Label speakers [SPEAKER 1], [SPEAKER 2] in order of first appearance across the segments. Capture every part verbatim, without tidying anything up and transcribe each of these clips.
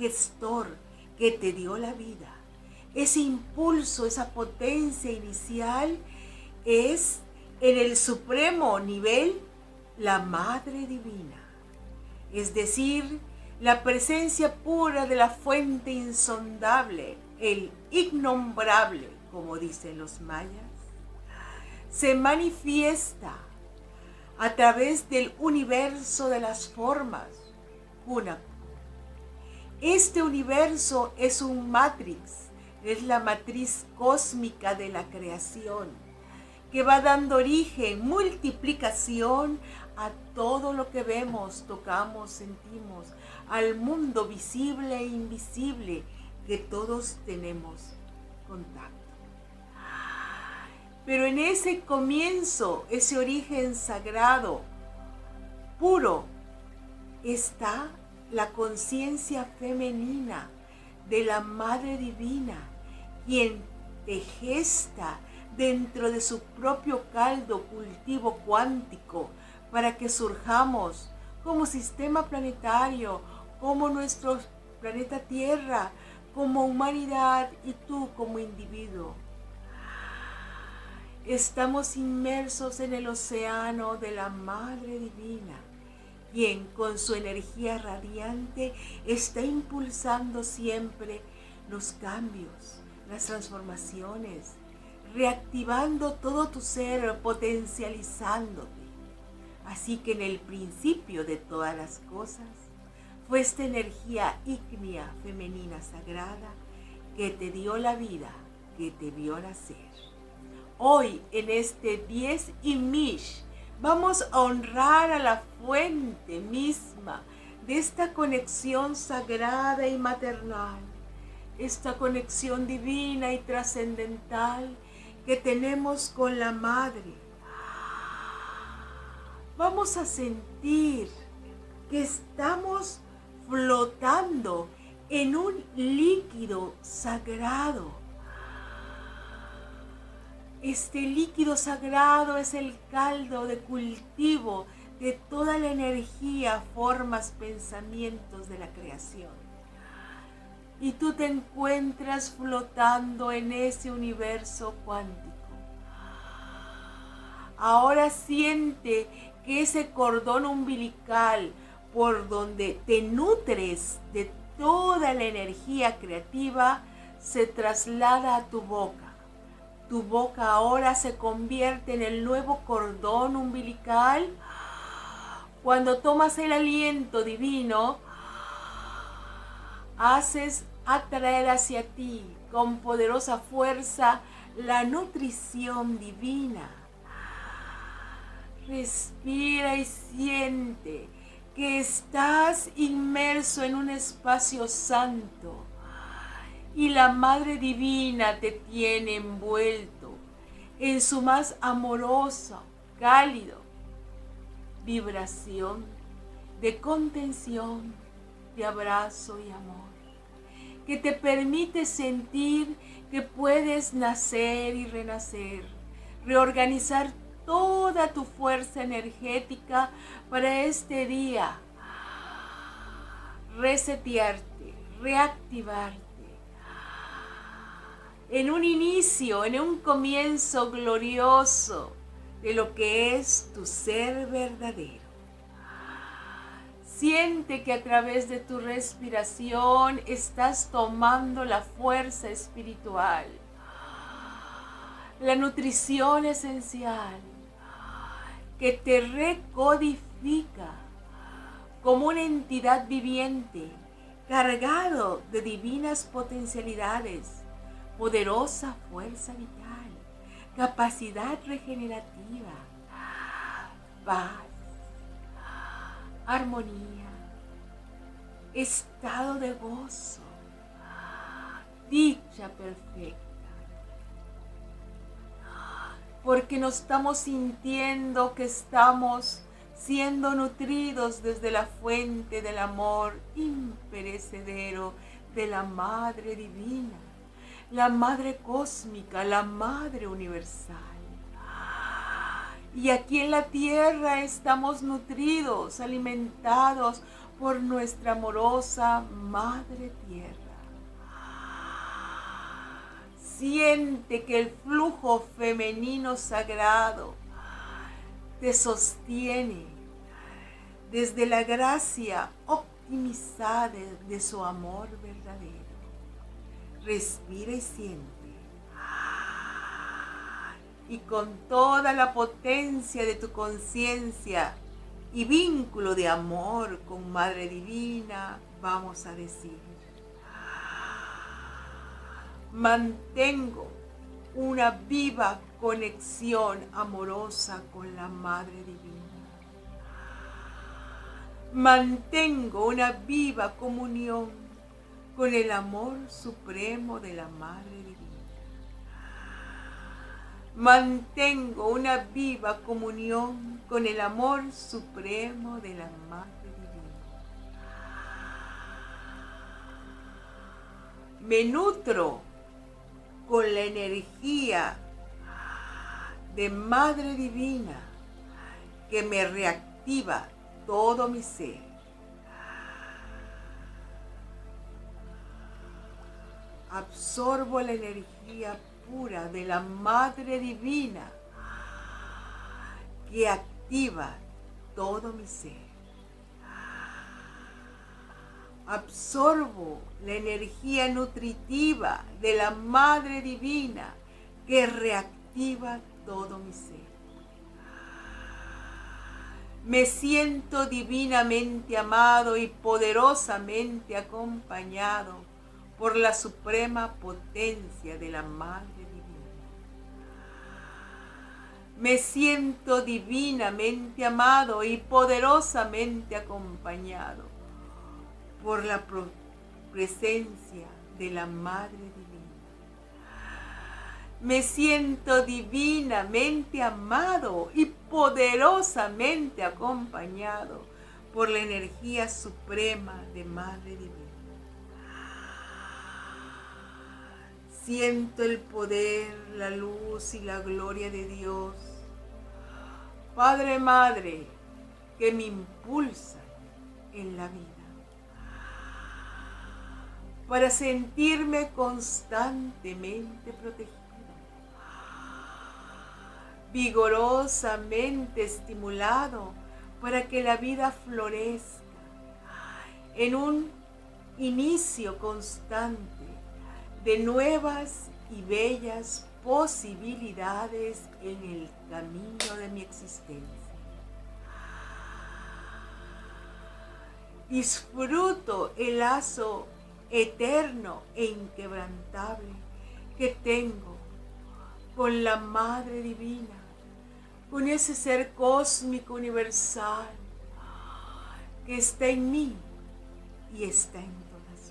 [SPEAKER 1] gestor que te dio la vida. Ese impulso, esa potencia inicial es en el supremo nivel la Madre Divina, es decir, la presencia pura de la fuente insondable, el innombrable, como dicen los mayas, se manifiesta a través del universo de las formas, Hunahpu. Este universo es un matrix, es la matriz cósmica de la creación, que va dando origen, multiplicación a todo lo que vemos, tocamos, sentimos, al mundo visible e invisible que todos tenemos contacto. Pero en ese comienzo, ese origen sagrado, puro, está la conciencia femenina de la Madre Divina, quien te gesta dentro de su propio caldo cultivo cuántico para que surjamos como sistema planetario, como nuestro planeta Tierra, como humanidad y tú como individuo. Estamos inmersos en el océano de la Madre Divina, quien con su energía radiante está impulsando siempre los cambios, las transformaciones, reactivando todo tu ser, potencializándote. Así que en el principio de todas las cosas fue esta energía ígnea femenina sagrada que te dio la vida, que te vio nacer. Hoy, en este diez Imish, vamos a honrar a la fuente misma de esta conexión sagrada y maternal, esta conexión divina y trascendental que tenemos con la Madre. Vamos a sentir que estamos flotando en un líquido sagrado. Este líquido sagrado es el caldo de cultivo de toda la energía, formas, pensamientos de la creación. Y tú te encuentras flotando en ese universo cuántico. Ahora siente que ese cordón umbilical por donde te nutres de toda la energía creativa se traslada a tu boca. Tu boca ahora se convierte en el nuevo cordón umbilical. Cuando tomas el aliento divino, haces atraer hacia ti con poderosa fuerza la nutrición divina. Respira y siente que estás inmerso en un espacio santo y la Madre Divina te tiene envuelto en su más amorosa, cálido vibración de contención, de abrazo y amor, que te permite sentir que puedes nacer y renacer, reorganizar toda tu fuerza energética para este día, resetearte, reactivarte, en un inicio, en un comienzo glorioso de lo que es tu ser verdadero. Siente que a través de tu respiración estás tomando la fuerza espiritual, la nutrición esencial, que te recodifica como una entidad viviente, cargado de divinas potencialidades, poderosa fuerza vital, capacidad regenerativa, paz, armonía, estado de gozo, dicha perfecta. Porque nos estamos sintiendo que estamos siendo nutridos desde la fuente del amor imperecedero de la Madre Divina, la Madre Cósmica, la Madre Universal. Y aquí en la tierra estamos nutridos, alimentados por nuestra amorosa Madre Tierra. Siente que el flujo femenino sagrado te sostiene desde la gracia optimizada de su amor verdadero. Respira y siente. Y con toda la potencia de tu conciencia y vínculo de amor con Madre Divina, vamos a decir: mantengo una viva conexión amorosa con la Madre Divina. Mantengo una viva comunión con el amor supremo de la Madre Divina. Mantengo una viva comunión con el amor supremo de la Madre Divina. Me nutro con la energía de Madre Divina que me reactiva todo mi ser. Absorbo la energía pura de la Madre Divina que activa todo mi ser. Absorbo la energía nutritiva de la Madre Divina que reactiva todo mi ser. Me siento divinamente amado y poderosamente acompañado por la suprema potencia de la Madre Divina. Me siento divinamente amado y poderosamente acompañado por la presencia de la Madre Divina. Me siento divinamente amado y poderosamente acompañado por la energía suprema de Madre Divina. Siento el poder, la luz y la gloria de Dios, Padre, Madre, que me impulsan en la vida, para sentirme constantemente protegido, vigorosamente estimulado para que la vida florezca en un inicio constante de nuevas y bellas posibilidades en el camino de mi existencia. Disfruto el lazo eterno e inquebrantable que tengo con la Madre Divina, con ese ser cósmico universal que está en mí y está en todas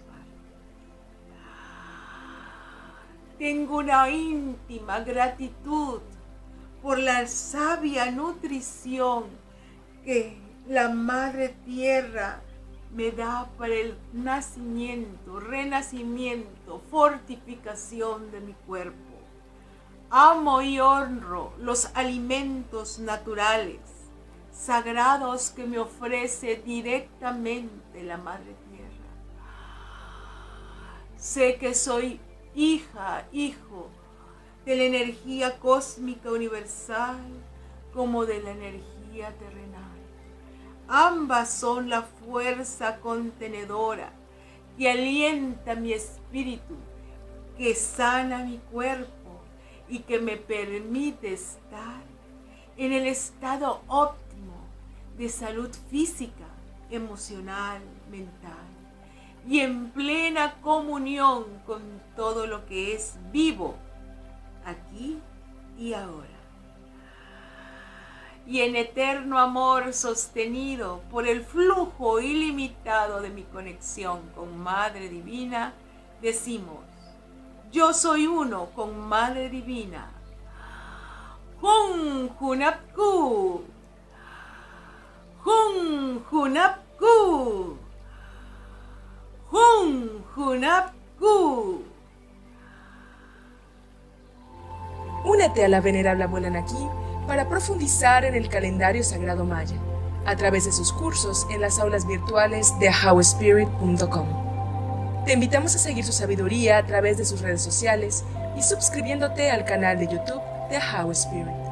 [SPEAKER 1] partes. Tengo una íntima gratitud por la sabia nutrición que la Madre Tierra me da para el nacimiento, renacimiento, fortificación de mi cuerpo. Amo y honro los alimentos naturales, sagrados que me ofrece directamente la Madre Tierra. Sé que soy hija, hijo de la energía cósmica universal como de la energía terrenal. Ambas son la fuerza contenedora que alienta mi espíritu, que sana mi cuerpo y que me permite estar en el estado óptimo de salud física, emocional, mental y en plena comunión con todo lo que es vivo, aquí y ahora. Y en eterno amor sostenido por el flujo ilimitado de mi conexión con Madre Divina, decimos: yo soy uno con Madre Divina. Jun Hunapku. Jun Hunapku. Jun Hunapku.
[SPEAKER 2] Únete a la venerable abuela Naki para profundizar en el calendario sagrado maya. a través de sus cursos en las aulas virtuales de how spirit punto com. Te invitamos a seguir su sabiduría a través de sus redes sociales y suscribiéndote al canal de YouTube de How Spirit.